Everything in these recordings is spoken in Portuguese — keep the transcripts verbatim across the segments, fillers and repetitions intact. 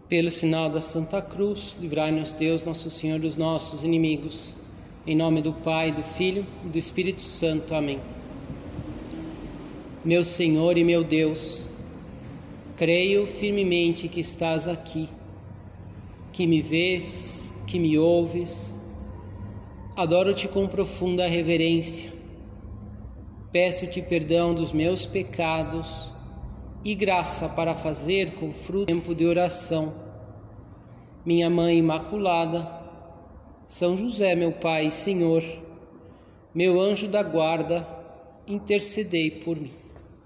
Pelo sinal da Santa Cruz, livrai-nos Deus, nosso Senhor, dos nossos inimigos. Em nome do Pai, do Filho e do Espírito Santo. Amém. Meu Senhor e meu Deus, creio firmemente que estás aqui, que me vês, que me ouves. Adoro-te com profunda reverência. Peço-te perdão dos meus pecados e graça para fazer com fruto tempo de oração. Minha Mãe Imaculada, São José, meu Pai e Senhor, meu anjo da guarda, intercedei por mim.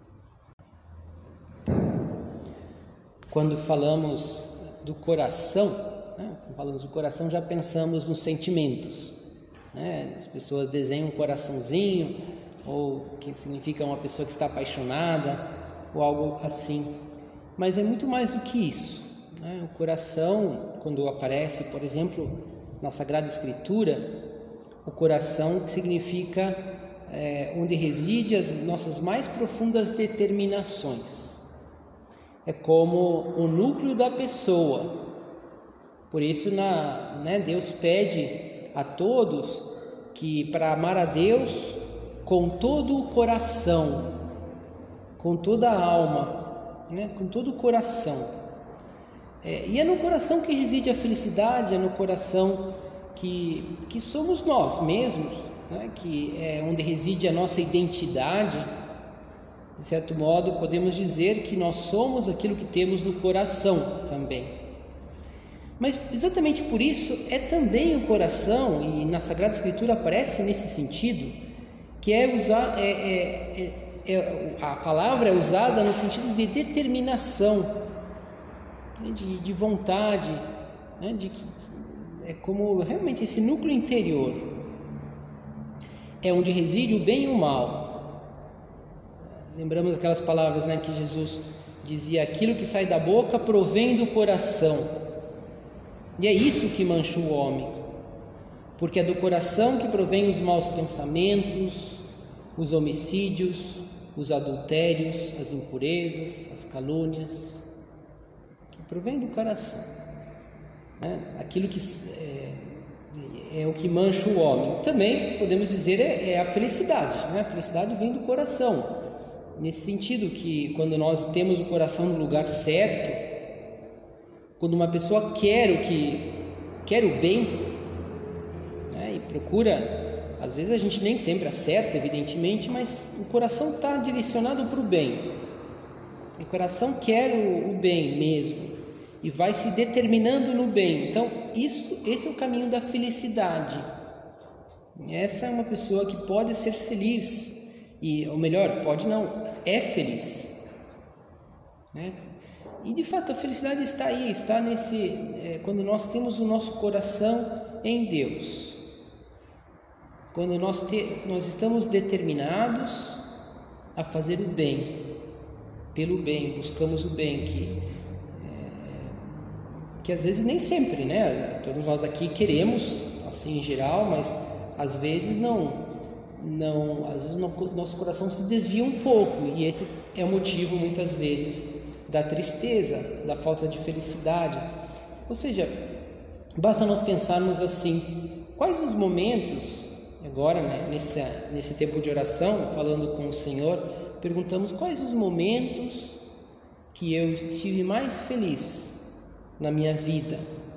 Quando falamos do coração, né, quando falamos do coração, já pensamos nos sentimentos, né? As pessoas desenham um coraçãozinho, ou que significa uma pessoa que está apaixonada, ou algo assim. Mas é muito mais do que isso, né? O coração, quando aparece, por exemplo, na Sagrada Escritura, o coração que significa é, onde reside as nossas mais profundas determinações. É como o núcleo da pessoa. Por isso, na, né, Deus pede a todos que para amar a Deus com todo o coração, com toda a alma, né? Com todo o coração. É, e é no coração que reside a felicidade, é no coração que, que somos nós mesmos, né? Que é onde reside a nossa identidade. De certo modo, podemos dizer que nós somos aquilo que temos no coração também. Mas exatamente por isso é também o coração, e na Sagrada Escritura aparece nesse sentido, que é usar... É, é, é, É, a palavra é usada no sentido de determinação, né, de, de vontade, né, de, é como realmente esse núcleo interior, é onde reside o bem e o mal. Lembramos aquelas palavras, né, que Jesus dizia: aquilo que sai da boca provém do coração, e é isso que mancha o homem, porque é do coração que provém os maus pensamentos, os homicídios, os adultérios, as impurezas, as calúnias, que provém do coração, né? Aquilo que é, é o que mancha o homem. Também podemos dizer é, é a felicidade, né? A felicidade vem do coração, nesse sentido que quando nós temos o coração no lugar certo, quando uma pessoa quer o que quer o bem, né, e procura. Às vezes a gente nem sempre acerta, evidentemente, mas o coração está direcionado para o bem. O coração quer o, o bem mesmo e vai se determinando no bem. Então, isso, esse é o caminho da felicidade. Essa é uma pessoa que pode ser feliz, e, ou melhor, pode não, é feliz, né? E de fato a felicidade está aí, está nesse, é, quando nós temos o nosso coração em Deus. Quando nós, te, nós estamos determinados a fazer o bem, pelo bem, buscamos o bem, que, é, que às vezes nem sempre, né? Todos nós aqui queremos, assim em geral, mas às vezes não, não às vezes no, nosso coração se desvia um pouco, e esse é o motivo muitas vezes da tristeza, da falta de felicidade. Ou seja, basta nós pensarmos assim: quais os momentos... Agora, né, nesse, nesse tempo de oração, falando com o Senhor, perguntamos quais os momentos que eu estive mais feliz na minha vida.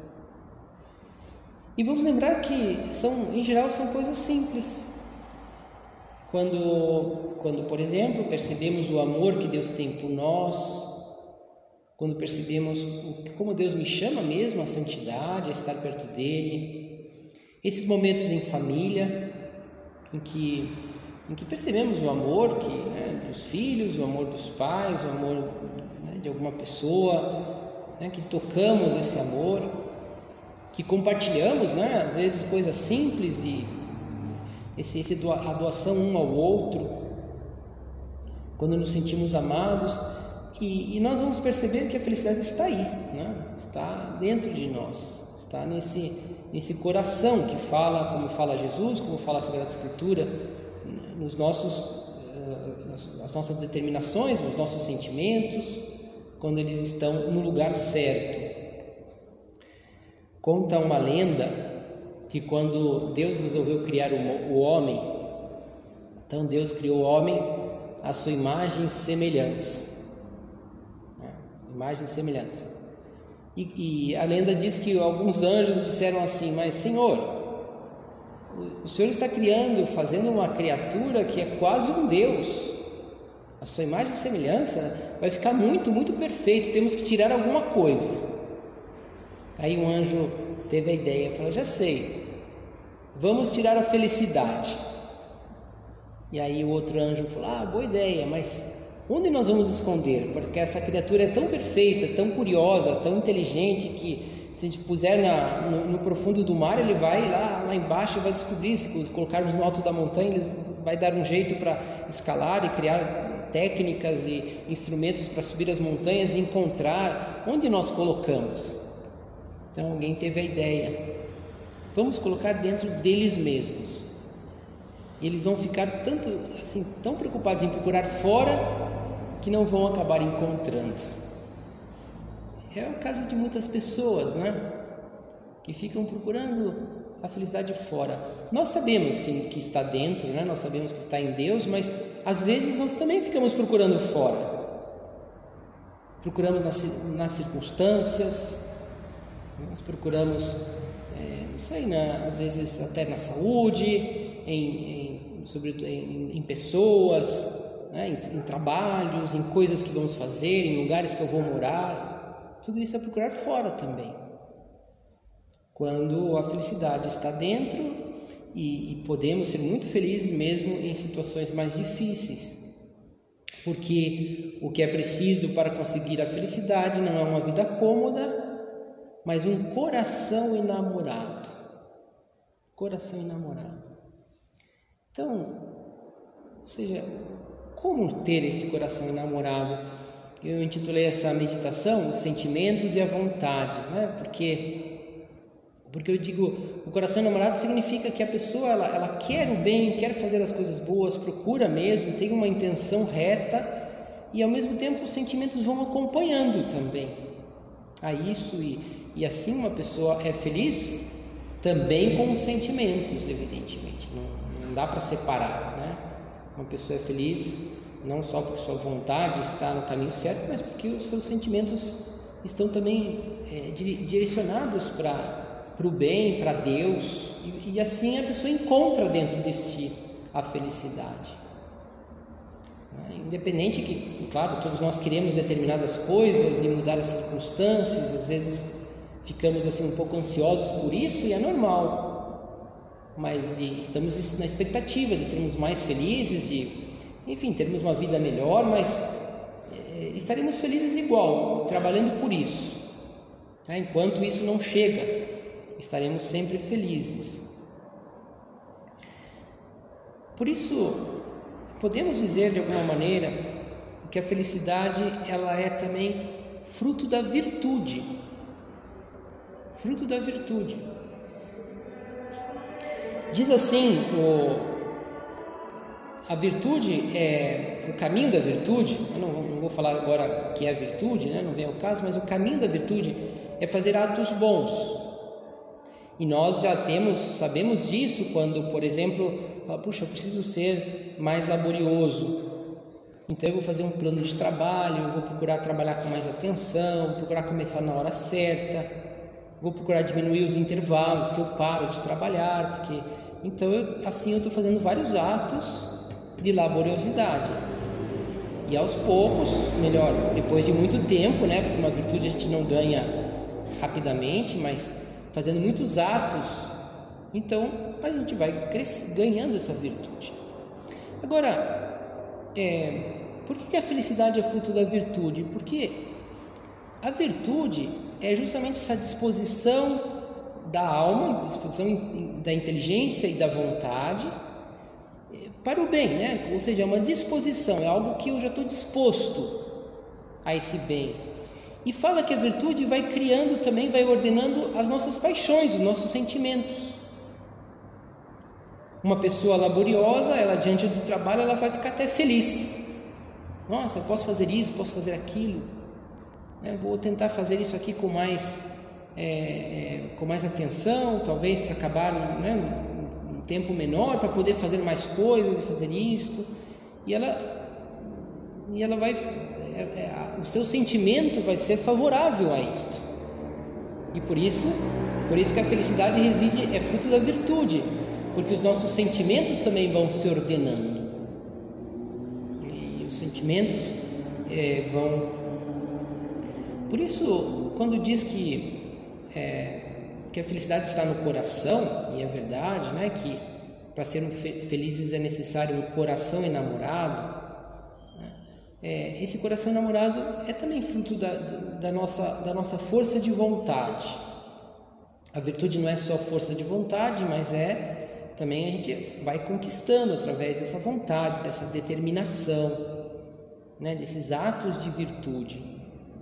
E vamos lembrar que, são, em geral, são coisas simples. Quando, quando, por exemplo, percebemos o amor que Deus tem por nós, quando percebemos o, como Deus me chama mesmo à santidade, a estar perto dEle. Esses momentos em família, em que, em que percebemos o amor que, né, dos filhos, o amor dos pais, o amor, né, de alguma pessoa, né, que tocamos esse amor, que compartilhamos, né, às vezes coisas simples, e esse, esse doa, a doação um ao outro, quando nos sentimos amados, e, e nós vamos perceber que a felicidade está aí, né, está dentro de nós, está nesse... nesse coração que fala, como fala Jesus, como fala a Sagrada Escritura, nos nossos, as nossas determinações, nos nossos sentimentos, quando eles estão no lugar certo. Conta uma lenda que quando Deus resolveu criar o homem, então Deus criou o homem à sua imagem e semelhança. Imagem e semelhança. E, e a lenda diz que alguns anjos disseram assim: mas Senhor, o, o Senhor está criando, fazendo uma criatura que é quase um Deus. A sua imagem e semelhança vai ficar muito, muito perfeito. Temos que tirar alguma coisa. Aí um anjo teve a ideia, falou: já sei, vamos tirar a felicidade. E aí o outro anjo falou: ah, boa ideia, mas onde nós vamos esconder? Porque essa criatura é tão perfeita, tão curiosa, tão inteligente, que se a gente puser na, no, no profundo do mar, ele vai lá, lá embaixo e vai descobrir. Se colocarmos no alto da montanha, ele vai dar um jeito para escalar e criar técnicas e instrumentos para subir as montanhas e encontrar onde nós colocamos. Então alguém teve a ideia: vamos colocar dentro deles mesmos. E eles vão ficar tanto, assim, tão preocupados em procurar fora que não vão acabar encontrando. É o caso de muitas pessoas, né? Que ficam procurando a felicidade fora. Nós sabemos que, que está dentro, né? Nós sabemos que está em Deus, mas às vezes nós também ficamos procurando fora. Procuramos nas, nas circunstâncias, nós procuramos, é, não sei, na, às vezes até na saúde, em, em, sobretudo em, em pessoas, né, em, em trabalhos, em coisas que vamos fazer, em lugares que eu vou morar. Tudo isso é procurar fora também. Quando a felicidade está dentro e, e podemos ser muito felizes mesmo em situações mais difíceis. Porque o que é preciso para conseguir a felicidade não é uma vida cômoda, mas um coração enamorado. Coração enamorado. Então, ou seja, como ter esse coração enamorado? Eu intitulei essa meditação Os Sentimentos e a Vontade, né? Porque, porque eu digo, o coração enamorado significa que a pessoa ela, ela quer o bem, quer fazer as coisas boas, procura mesmo, tem uma intenção reta e ao mesmo tempo os sentimentos vão acompanhando também a isso e, e assim uma pessoa é feliz também com os sentimentos, evidentemente, não, não dá para separar, né? Uma pessoa é feliz não só porque sua vontade está no caminho certo, mas porque os seus sentimentos estão também é, direcionados para o bem, para Deus, e, e assim a pessoa encontra dentro de si a felicidade. Independente que, claro, todos nós queremos determinadas coisas e mudar as circunstâncias, às vezes ficamos assim um pouco ansiosos por isso e é normal, mas estamos na expectativa de sermos mais felizes, de, enfim, termos uma vida melhor, mas é, estaremos felizes igual, trabalhando por isso, tá? Enquanto isso não chega, estaremos sempre felizes. Por isso, podemos dizer de alguma maneira que a felicidade ela é também fruto da virtude, fruto da virtude. Diz assim, o, a virtude é o caminho da virtude. Eu não, não vou falar agora que é a virtude, né? Não vem ao caso, mas o caminho da virtude é fazer atos bons. E nós já temos, sabemos disso quando, por exemplo, fala, puxa, eu preciso ser mais laborioso, então eu vou fazer um plano de trabalho, vou procurar trabalhar com mais atenção, vou procurar começar na hora certa, vou procurar diminuir os intervalos que eu paro de trabalhar, porque então eu, assim eu estou fazendo vários atos de laboriosidade. E aos poucos, melhor, depois de muito tempo, né, porque uma virtude a gente não ganha rapidamente, mas fazendo muitos atos, então a gente vai crescer, ganhando essa virtude. Agora, é, por que a felicidade é fruto da virtude? Porque a virtude é justamente essa disposição da alma, disposição da inteligência e da vontade para o bem, né? Ou seja, é uma disposição, é algo que eu já estou disposto a esse bem. E fala que a virtude vai criando também, vai ordenando as nossas paixões, os nossos sentimentos. Uma pessoa laboriosa, ela diante do trabalho, ela vai ficar até feliz. Nossa, eu posso fazer isso, posso fazer aquilo. Eu vou tentar fazer isso aqui com mais, é, é, com mais atenção, talvez para acabar, né, um, um tempo menor, para poder fazer mais coisas e fazer isto, e ela, e ela vai, é, é, o seu sentimento vai ser favorável a isto, e por isso, por isso que a felicidade reside, é fruto da virtude, porque os nossos sentimentos também vão se ordenando, e os sentimentos é, vão, por isso, quando diz que É, que a felicidade está no coração, e é verdade, né, que para sermos fe- felizes é necessário um coração enamorado, né? É, esse coração enamorado é também fruto da, da, nossa, da nossa força de vontade. A virtude não é só força de vontade, mas é também a gente vai conquistando através dessa vontade, dessa determinação, né, desses atos de virtude.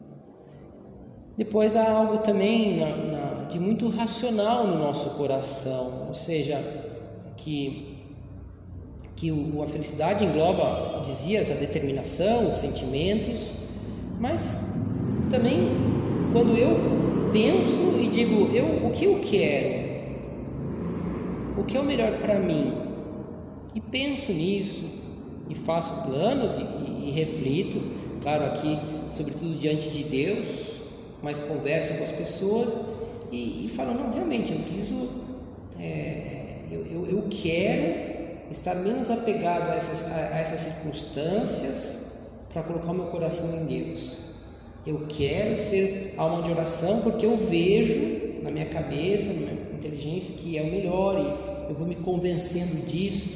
Depois há algo também na, na, de muito racional no nosso coração, ou seja, que, que o, a felicidade engloba, dizia, essa determinação, os sentimentos, mas também quando eu penso e digo, eu, o que eu quero, o que é o melhor para mim, e penso nisso, e faço planos e, e, e reflito, claro, aqui, sobretudo diante de Deus, mas converso com as pessoas e, e falo, não, realmente, eu preciso, é, eu, eu, eu quero estar menos apegado a essas, a, a essas circunstâncias para colocar o meu coração em Deus. Eu quero ser alma de oração porque eu vejo na minha cabeça, na minha inteligência, que é o melhor e eu vou me convencendo disto.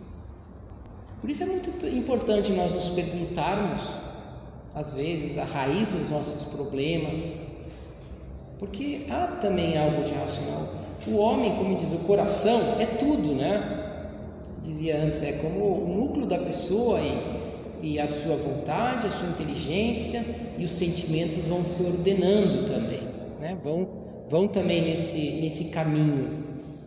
Por isso é muito importante nós nos perguntarmos às vezes a raiz dos nossos problemas, porque há também algo de racional. O homem, como diz, o coração é tudo, né? Dizia antes, é como o núcleo da pessoa e, e a sua vontade, a sua inteligência e os sentimentos vão se ordenando também, né? Vão, vão também nesse, nesse caminho.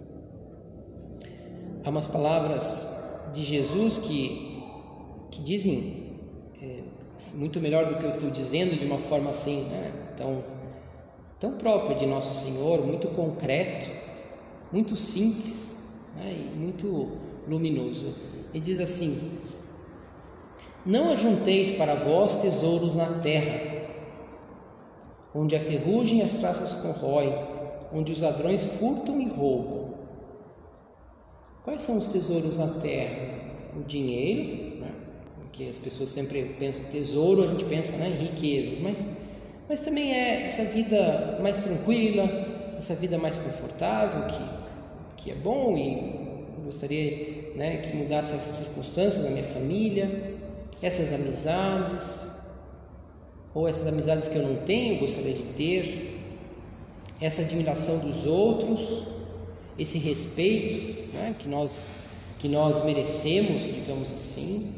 Há umas palavras de Jesus que, que dizem muito melhor do que eu estou dizendo, de uma forma assim, né, tão, tão própria de Nosso Senhor, muito concreto, muito simples, né, e muito luminoso. Ele diz assim: não ajunteis para vós tesouros na terra, onde a ferrugem e as traças corroem, onde os ladrões furtam e roubam. Quais são os tesouros na terra? O dinheiro, né? Que as pessoas sempre pensam tesouro, a gente pensa, né, em riquezas, mas, mas também é essa vida mais tranquila, essa vida mais confortável, que, que é bom, e gostaria, né, que mudasse essas circunstâncias na minha família, essas amizades, ou essas amizades que eu não tenho, gostaria de ter, essa admiração dos outros, esse respeito, né, que nós, que nós merecemos, digamos assim.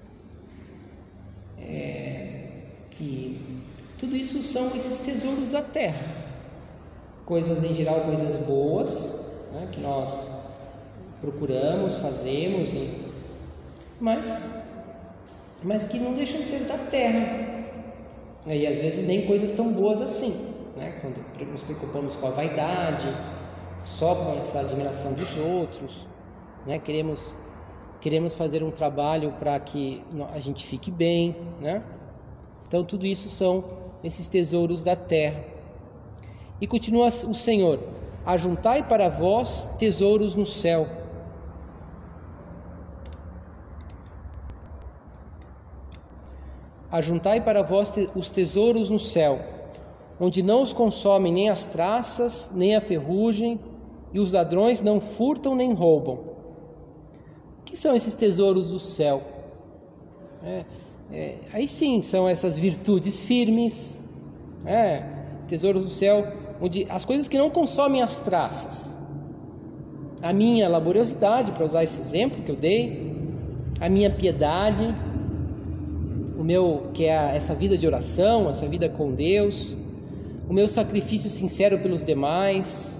É, e tudo isso são esses tesouros da terra, coisas em geral, coisas boas, né, que nós procuramos, fazemos, e, mas, mas que não deixam de ser da terra, e às vezes nem coisas tão boas assim, né, quando nos preocupamos com a vaidade, só com essa admiração dos outros, né, queremos Queremos fazer um trabalho para que a gente fique bem, né? Então tudo isso são esses tesouros da terra. E continua o Senhor: ajuntai para vós tesouros no céu. Ajuntai para vós te- os tesouros no céu, onde não os consomem nem as traças, nem a ferrugem, e os ladrões não furtam nem roubam. O que são esses tesouros do céu? É, é, aí sim, são essas virtudes firmes, é, tesouros do céu, onde as coisas que não consomem as traças, a minha laboriosidade, para usar esse exemplo que eu dei, a minha piedade, o meu, que é essa vida de oração, essa vida com Deus, o meu sacrifício sincero pelos demais,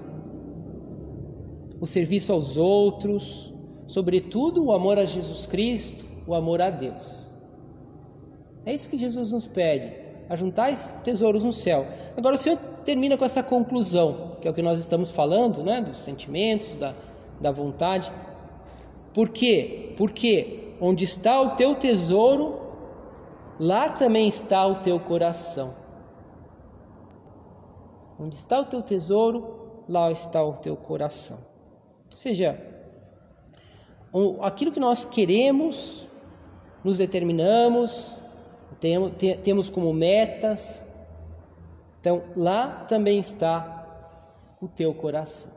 o serviço aos outros, sobretudo o amor a Jesus Cristo, o amor a Deus. É isso que Jesus nos pede, ajuntais tesouros no céu. Agora o Senhor termina com essa conclusão, que é o que nós estamos falando, né? Dos sentimentos, da, da vontade. Por quê? Porque onde está o teu tesouro, lá também está o teu coração. Onde está o teu tesouro, lá está o teu coração. Ou seja, aquilo que nós queremos, nos determinamos, temos, temos como metas, então lá também está o teu coração.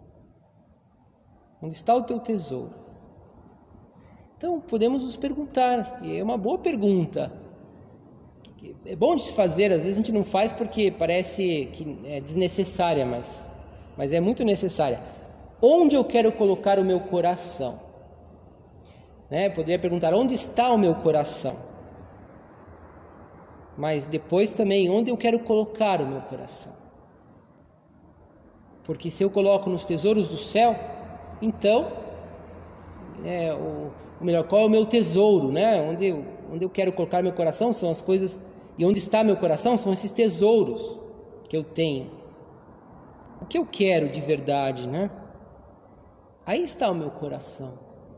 Onde está o teu tesouro? Então podemos nos perguntar, e é uma boa pergunta, é bom de se fazer, às vezes a gente não faz porque parece que é desnecessária, mas, mas é muito necessária. Onde eu quero colocar o meu coração? Né? Poderia perguntar, onde está o meu coração? Mas depois também, onde eu quero colocar o meu coração? Porque se eu coloco nos tesouros do céu, então, é, o, o melhor, qual é o meu tesouro? Né? Onde, eu, onde eu quero colocar meu coração são as coisas, e onde está meu coração são esses tesouros que eu tenho. O que eu quero de verdade, né? Aí está o meu coração.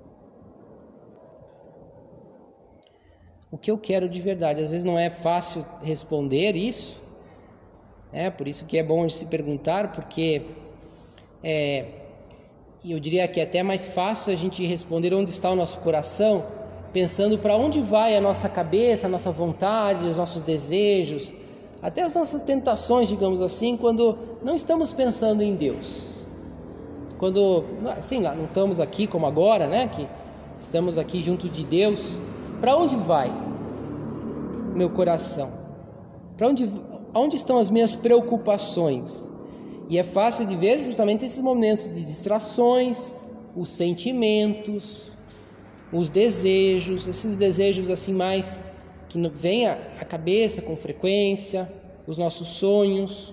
O que eu quero de verdade. Às vezes não é fácil responder isso, né? Por isso que é bom de se perguntar, porque é, eu diria que é até mais fácil a gente responder onde está o nosso coração, pensando para onde vai a nossa cabeça, a nossa vontade, os nossos desejos, até as nossas tentações, digamos assim, quando não estamos pensando em Deus. Quando, assim, não estamos aqui como agora, né? Que estamos aqui junto de Deus. Para onde vai meu coração? Para onde, onde estão as minhas preocupações? E é fácil de ver justamente esses momentos de distrações, os sentimentos, os desejos, esses desejos assim mais que vêm à cabeça com frequência, os nossos sonhos.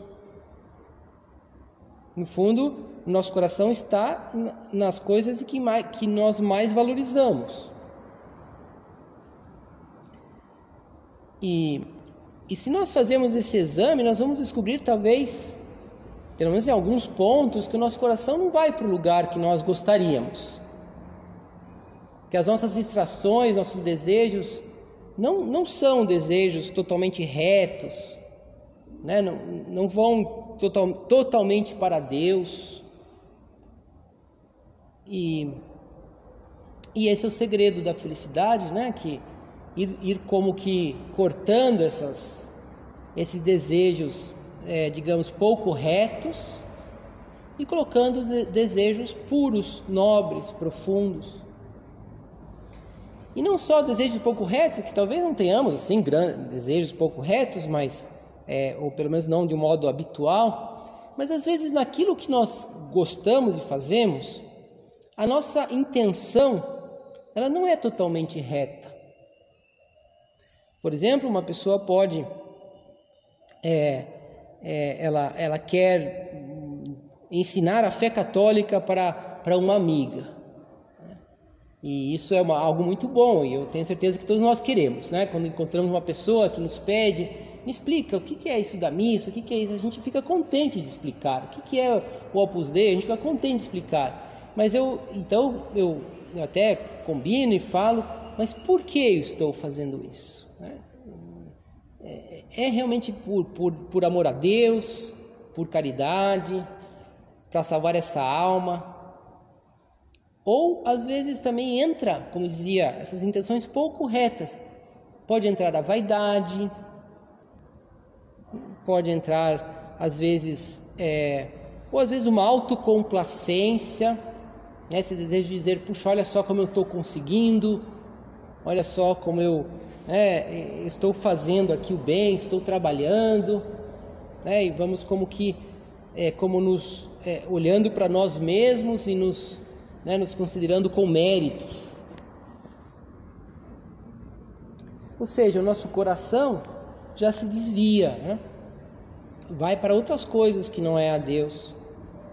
No fundo, o nosso coração está nas coisas que, mais, que nós mais valorizamos. E, e se nós fazermos esse exame, nós vamos descobrir talvez, pelo menos em alguns pontos, que o nosso coração não vai para o lugar que nós gostaríamos. Que as nossas distrações, nossos desejos, não, não são desejos totalmente retos, né? não, não vão total, totalmente para Deus. E, e esse é o segredo da felicidade, né? Que ir, ir como que cortando essas, esses desejos, é, digamos, pouco retos e colocando desejos puros, nobres, profundos. E não só desejos pouco retos, que talvez não tenhamos assim grandes desejos pouco retos, mas é, ou pelo menos não de um modo habitual, mas às vezes naquilo que nós gostamos e fazemos, a nossa intenção, ela não é totalmente reta. Por exemplo, uma pessoa pode, é, é, ela, ela quer ensinar a fé católica para, para uma amiga. E isso é uma, algo muito bom, e eu tenho certeza que todos nós queremos, né? Quando encontramos uma pessoa que nos pede, me explica o que é isso da missa, o que é isso, a gente fica contente de explicar. O que é o Opus Dei, a gente fica contente de explicar. Mas eu, então, eu, eu até combino e falo, mas por que eu estou fazendo isso? É, é realmente por, por, por amor a Deus, por caridade, para salvar essa alma? Ou, às vezes, também entra, como dizia, essas intenções pouco retas. Pode entrar a vaidade, pode entrar, às vezes, é, ou às vezes uma autocomplacência, né? Esse desejo de dizer, puxa, olha só como eu estou conseguindo, olha só como eu, é, estou fazendo aqui o bem, estou trabalhando, né? E vamos como que, é, como nos, é, olhando para nós mesmos e nos, né, nos considerando com méritos. Ou seja, o nosso coração já se desvia, né? Vai para outras coisas que não é a Deus.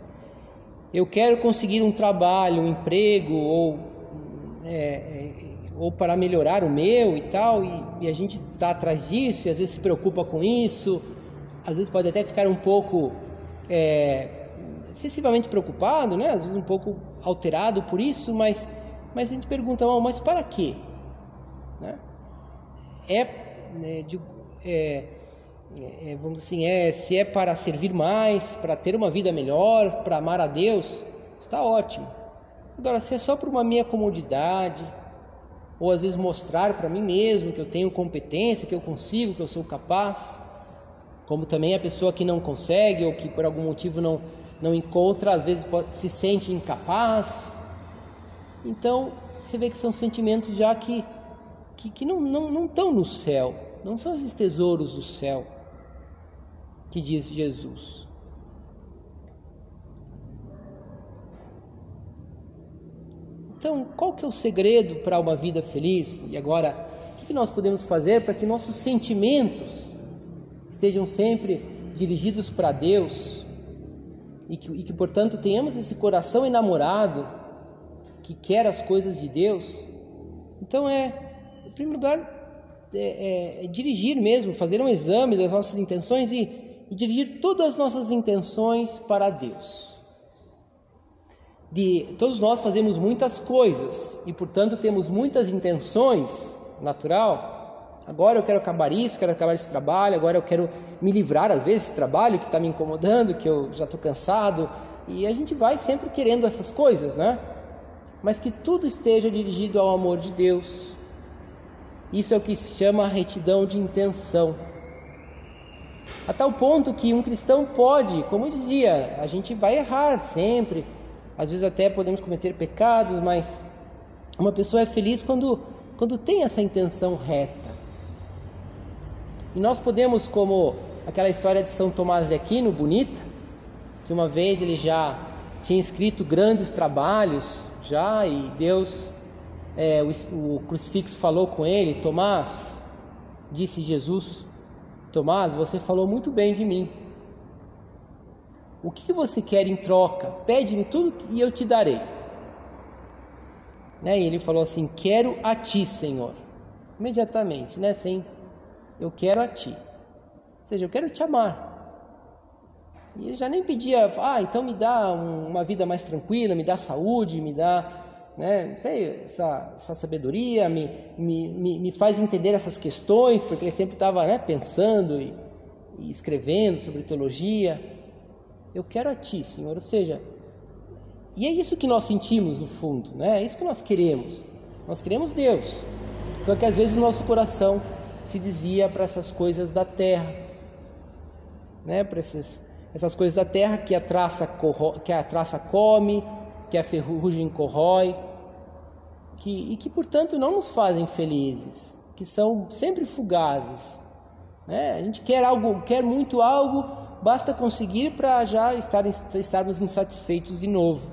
Eu quero conseguir um trabalho, um emprego, ou, é, ou para melhorar o meu e tal, e, e a gente está atrás disso, e às vezes se preocupa com isso, às vezes pode até ficar um pouco é, excessivamente preocupado, né? Às vezes um pouco alterado por isso, mas, mas a gente pergunta, oh, mas para quê? Né? É, é, de, é, é, vamos assim, é, se é para servir mais, para ter uma vida melhor, para amar a Deus, está ótimo. Agora, se é só por uma minha comodidade, ou às vezes mostrar para mim mesmo que eu tenho competência, que eu consigo, que eu sou capaz, como também a pessoa que não consegue ou que por algum motivo não, não encontra, às vezes pode, se sente incapaz. Então, você vê que são sentimentos já que, que, que não, não, não estão no céu, não são esses tesouros do céu, que diz Jesus. Então, qual que é o segredo para uma vida feliz? E agora, o que nós podemos fazer para que nossos sentimentos estejam sempre dirigidos para Deus e que, e que, portanto, tenhamos esse coração enamorado que quer as coisas de Deus? Então, é, em primeiro lugar, é, é, é dirigir mesmo, fazer um exame das nossas intenções e, e dirigir todas as nossas intenções para Deus. De, todos nós fazemos muitas coisas e, portanto, temos muitas intenções, natural. Agora eu quero acabar isso, quero acabar esse trabalho, agora eu quero me livrar, às vezes, desse trabalho que está me incomodando, que eu já estou cansado. E a gente vai sempre querendo essas coisas, né? Mas que tudo esteja dirigido ao amor de Deus. Isso é o que se chama retidão de intenção. A tal ponto que um cristão pode, como eu dizia, a gente vai errar sempre. Às vezes até podemos cometer pecados, mas uma pessoa é feliz quando, quando tem essa intenção reta. E nós podemos, como aquela história de São Tomás de Aquino, bonita, que uma vez ele já tinha escrito grandes trabalhos, já, e Deus, é, o, o crucifixo falou com ele, Tomás, disse Jesus, Tomás, você falou muito bem de mim. O que você quer em troca? Pede-me tudo e eu te darei. Né? E ele falou assim, quero a ti, Senhor. Imediatamente, né? Sem, eu quero a ti. Ou seja, eu quero te amar. E ele já nem pedia, ah, então me dá um, uma vida mais tranquila, me dá saúde, me dá, né, não sei, essa, essa sabedoria, me, me, me, me faz entender essas questões, porque ele sempre estava, né, pensando e, e escrevendo sobre teologia. Eu quero a ti, Senhor, ou seja, e é isso que nós sentimos no fundo, né? É isso que nós queremos, nós queremos Deus, só que às vezes o nosso coração se desvia para essas coisas da terra, né? Para essas, essas coisas da terra que a traça, corro, que a traça come, que a ferrugem corrói, que, e que portanto não nos fazem felizes, que são sempre fugazes, né? A gente quer algo, quer muito algo, basta conseguir para já estar, estarmos insatisfeitos de novo.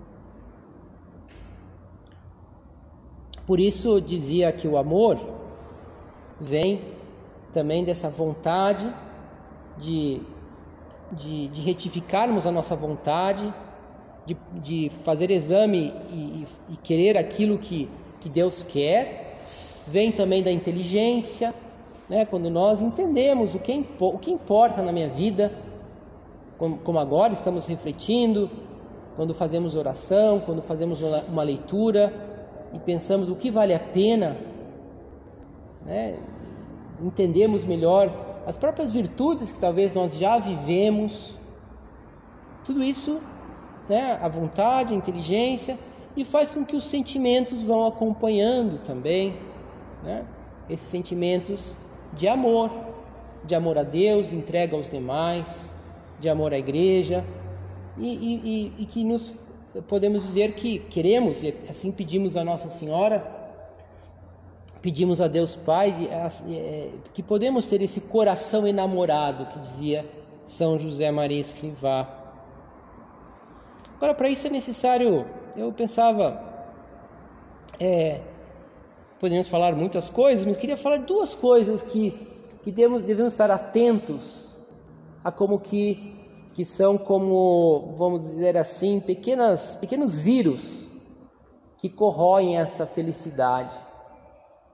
Por isso dizia que o amor vem também dessa vontade de, de, de retificarmos a nossa vontade, de, de fazer exame e, e, e querer aquilo que, que Deus quer. Vem também da inteligência, né, quando nós entendemos o que, o que importa na minha vida, como, como agora estamos refletindo, quando fazemos oração, quando fazemos uma, uma leitura e pensamos o que vale a pena, né, entendemos melhor as próprias virtudes que talvez nós já vivemos, tudo isso, né, a vontade, a inteligência, e faz com que os sentimentos vão acompanhando também, né, esses sentimentos de amor, de amor a Deus, entrega aos demais, de amor à igreja, e, e, e que nos podemos dizer que queremos, e assim pedimos a Nossa Senhora, pedimos a Deus Pai, que podemos ter esse coração enamorado, que dizia São José Maria Escrivá. Agora, para isso é necessário, eu pensava, é, podemos falar muitas coisas, mas queria falar duas coisas que, que devemos, devemos estar atentos a como que, que são como, vamos dizer assim, pequenas, pequenos vírus que corroem essa felicidade.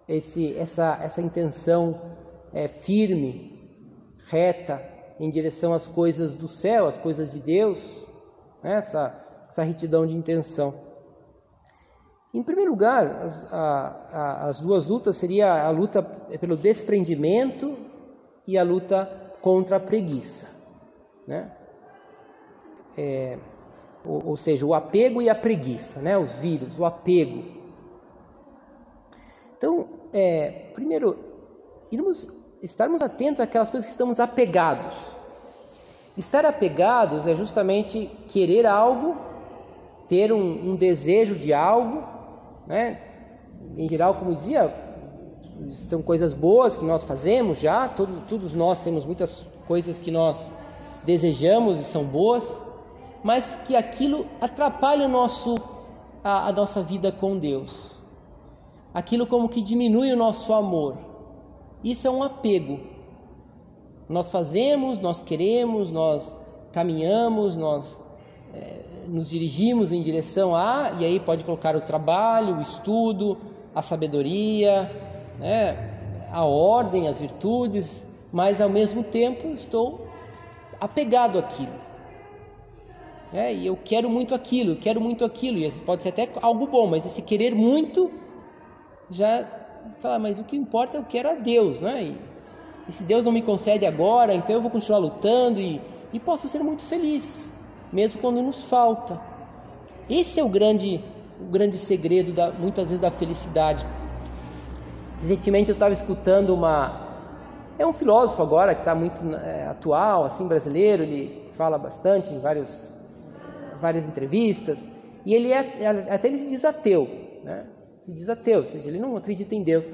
esse, essa, essa intenção é, firme, reta, em direção às coisas do céu, às coisas de Deus, né? essa, essa retidão de intenção. Em primeiro lugar, as, a, a, as duas lutas seriam a luta pelo desprendimento e a luta contra a preguiça, né? É, ou, ou seja, o apego e a preguiça, né? Os vírus, o apego. Então, é, primeiro, irmos, estarmos atentos àquelas coisas que estamos apegados. Estar apegados é justamente querer algo, ter um, um desejo de algo, né? Em geral, como dizia, são coisas boas que nós fazemos já, todos, todos nós temos muitas coisas que nós desejamos e são boas, mas que aquilo atrapalha o nosso, a, a nossa vida com Deus. Aquilo como que diminui o nosso amor. Isso é um apego. Nós fazemos, nós queremos, nós caminhamos, nós é, nos dirigimos em direção a, e aí pode colocar o trabalho, o estudo, a sabedoria, né, a ordem, as virtudes, mas ao mesmo tempo estou apegado àquilo. É, e eu quero muito aquilo, eu quero muito aquilo, e pode ser até algo bom, mas esse querer muito já fala, mas o que importa é eu quero a Deus, né? E, e se Deus não me concede agora, então eu vou continuar lutando e, e posso ser muito feliz, mesmo quando nos falta. Esse é o grande, o grande segredo, da, muitas vezes, da felicidade. Recentemente eu estava escutando uma... É um filósofo agora que está muito é, atual, assim, brasileiro, ele fala bastante em vários, várias entrevistas, e ele é, até ele se diz ateu, né? Se diz ateu, ou seja, ele não acredita em Deus.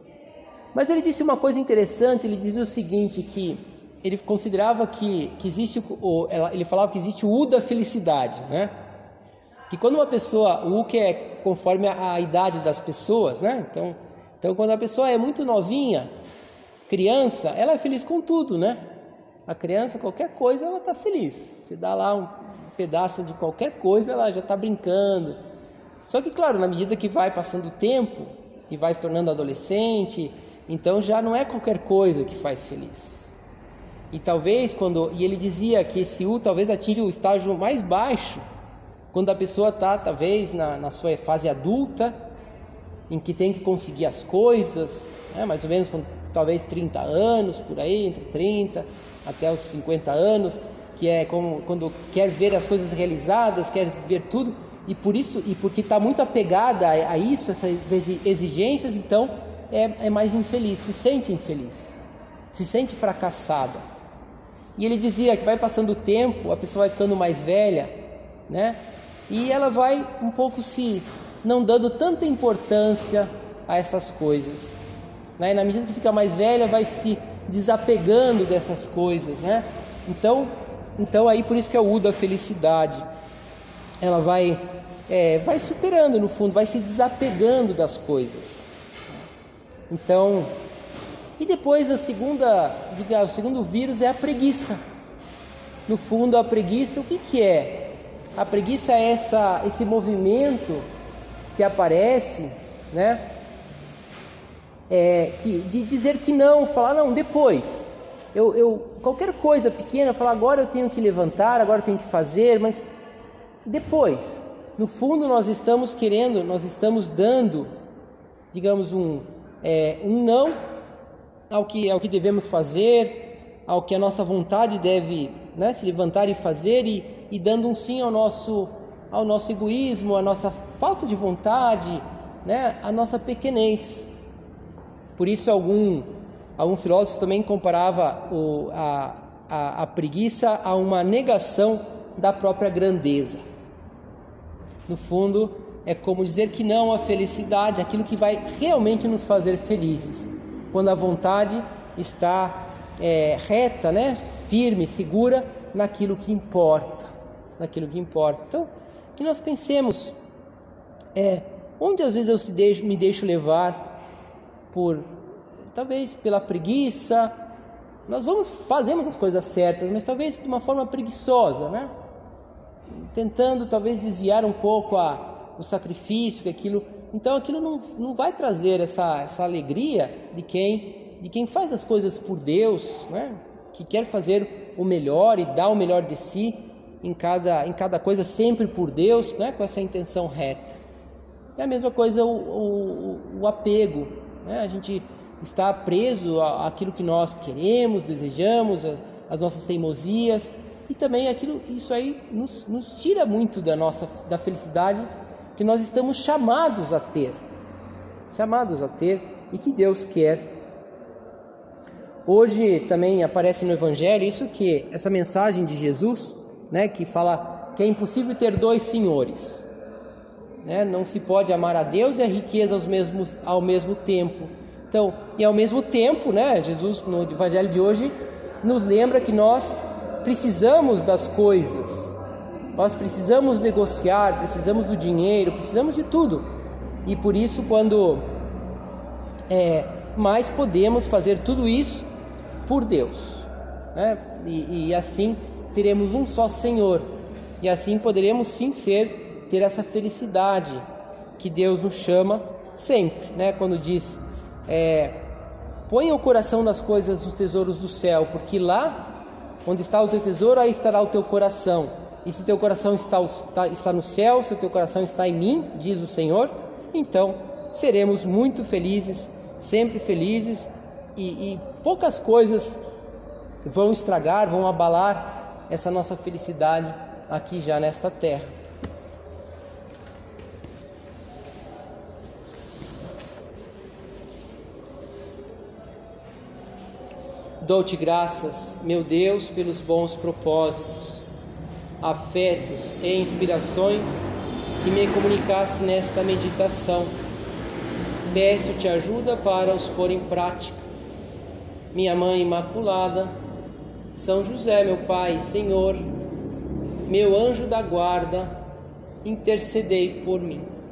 Mas ele disse uma coisa interessante, ele dizia o seguinte, que ele considerava que, que existe, o, ele falava que existe o U da felicidade, né? Que quando uma pessoa, o U que é conforme a, a idade das pessoas, né? Então, então, quando a pessoa é muito novinha, criança, ela é feliz com tudo, né? A criança, qualquer coisa, ela está feliz. Você dá lá um pedaço de qualquer coisa, ela já está brincando. Só que, claro, na medida que vai passando o tempo e vai se tornando adolescente, então já não é qualquer coisa que faz feliz. E talvez quando... E ele dizia que esse U talvez atinja o estágio mais baixo, quando a pessoa está, talvez, na, na sua fase adulta, em que tem que conseguir as coisas, né? Mais ou menos com talvez trinta anos, por aí, entre trinta até os cinquenta anos, que é como quando quer ver as coisas realizadas, quer ver tudo, e por isso, e porque está muito apegada a, a isso, essas exigências, então é, é mais infeliz, se sente infeliz, se sente fracassada. E ele dizia que vai passando o tempo, a pessoa vai ficando mais velha, né? E ela vai um pouco se não dando tanta importância a essas coisas, né? E na medida que fica mais velha, vai se desapegando dessas coisas, né? Então, então aí por isso que é o U da felicidade. Ela vai, é, vai superando, no fundo, vai se desapegando das coisas. Então, e depois a segunda, diga, o segundo vírus é a preguiça. No fundo, a preguiça, o que que é? A preguiça é essa, esse movimento que aparece, né? É, que, de dizer que não, falar não, depois. Eu, eu, qualquer coisa pequena, falar agora eu tenho que levantar, agora eu tenho que fazer, mas depois. No fundo, nós estamos querendo, nós estamos dando, digamos, um, é, um não ao que, ao que devemos fazer, ao que a nossa vontade deve, né, se levantar e fazer, e, e dando um sim ao nosso, ao nosso egoísmo, à nossa falta de vontade, né, à nossa pequenez. Por isso, algum, algum filósofo também comparava o, a, a, a preguiça a uma negação da própria grandeza. No fundo, é como dizer que não à felicidade, aquilo que vai realmente nos fazer felizes, quando a vontade está é, reta, né, firme, segura naquilo que importa, naquilo que importa. Então, que nós pensemos, é, onde às vezes eu se deixo, me deixo levar por, talvez pela preguiça. Nós vamos, fazemos as coisas certas, mas talvez de uma forma preguiçosa, né? Tentando talvez desviar um pouco a, o sacrifício, que aquilo, Então aquilo não, não vai trazer essa, essa alegria de quem, de quem faz as coisas por Deus, né? Que quer fazer o melhor e dar o melhor de si em cada, em cada coisa, sempre por Deus, né? Com essa intenção reta. É a mesma coisa o, o, o apego, né? A gente está preso àquilo que nós queremos, desejamos, as, as nossas teimosias, e também aquilo, isso aí nos, nos tira muito da nossa da felicidade que nós estamos chamados a ter, chamados a ter e que Deus quer. Hoje também aparece no Evangelho isso, que essa mensagem de Jesus, né, que fala que é impossível ter dois senhores, né? Não se pode amar a Deus e a riqueza aos mesmos, ao mesmo tempo. Então, e ao mesmo tempo, né, Jesus no Evangelho de hoje nos lembra que nós precisamos das coisas, nós precisamos negociar, precisamos do dinheiro, precisamos de tudo. E por isso, quando é, mais podemos fazer tudo isso por Deus, né? E, e assim teremos um só Senhor, e assim poderemos sim ser, ter essa felicidade que Deus nos chama sempre, né? Quando diz, é, ponha o coração nas coisas dos tesouros do céu, porque lá onde está o teu tesouro, aí estará o teu coração. E se teu coração está, está, está no céu, se o teu coração está em mim, diz o Senhor, então seremos muito felizes, sempre felizes, e, e poucas coisas vão estragar, vão abalar essa nossa felicidade aqui já nesta terra. Dou-te graças, meu Deus, pelos bons propósitos, afetos e inspirações que me comunicaste nesta meditação. Peço-te ajuda para os pôr em prática. Minha Mãe Imaculada, São José, meu Pai, Senhor, meu anjo da guarda, intercedei por mim.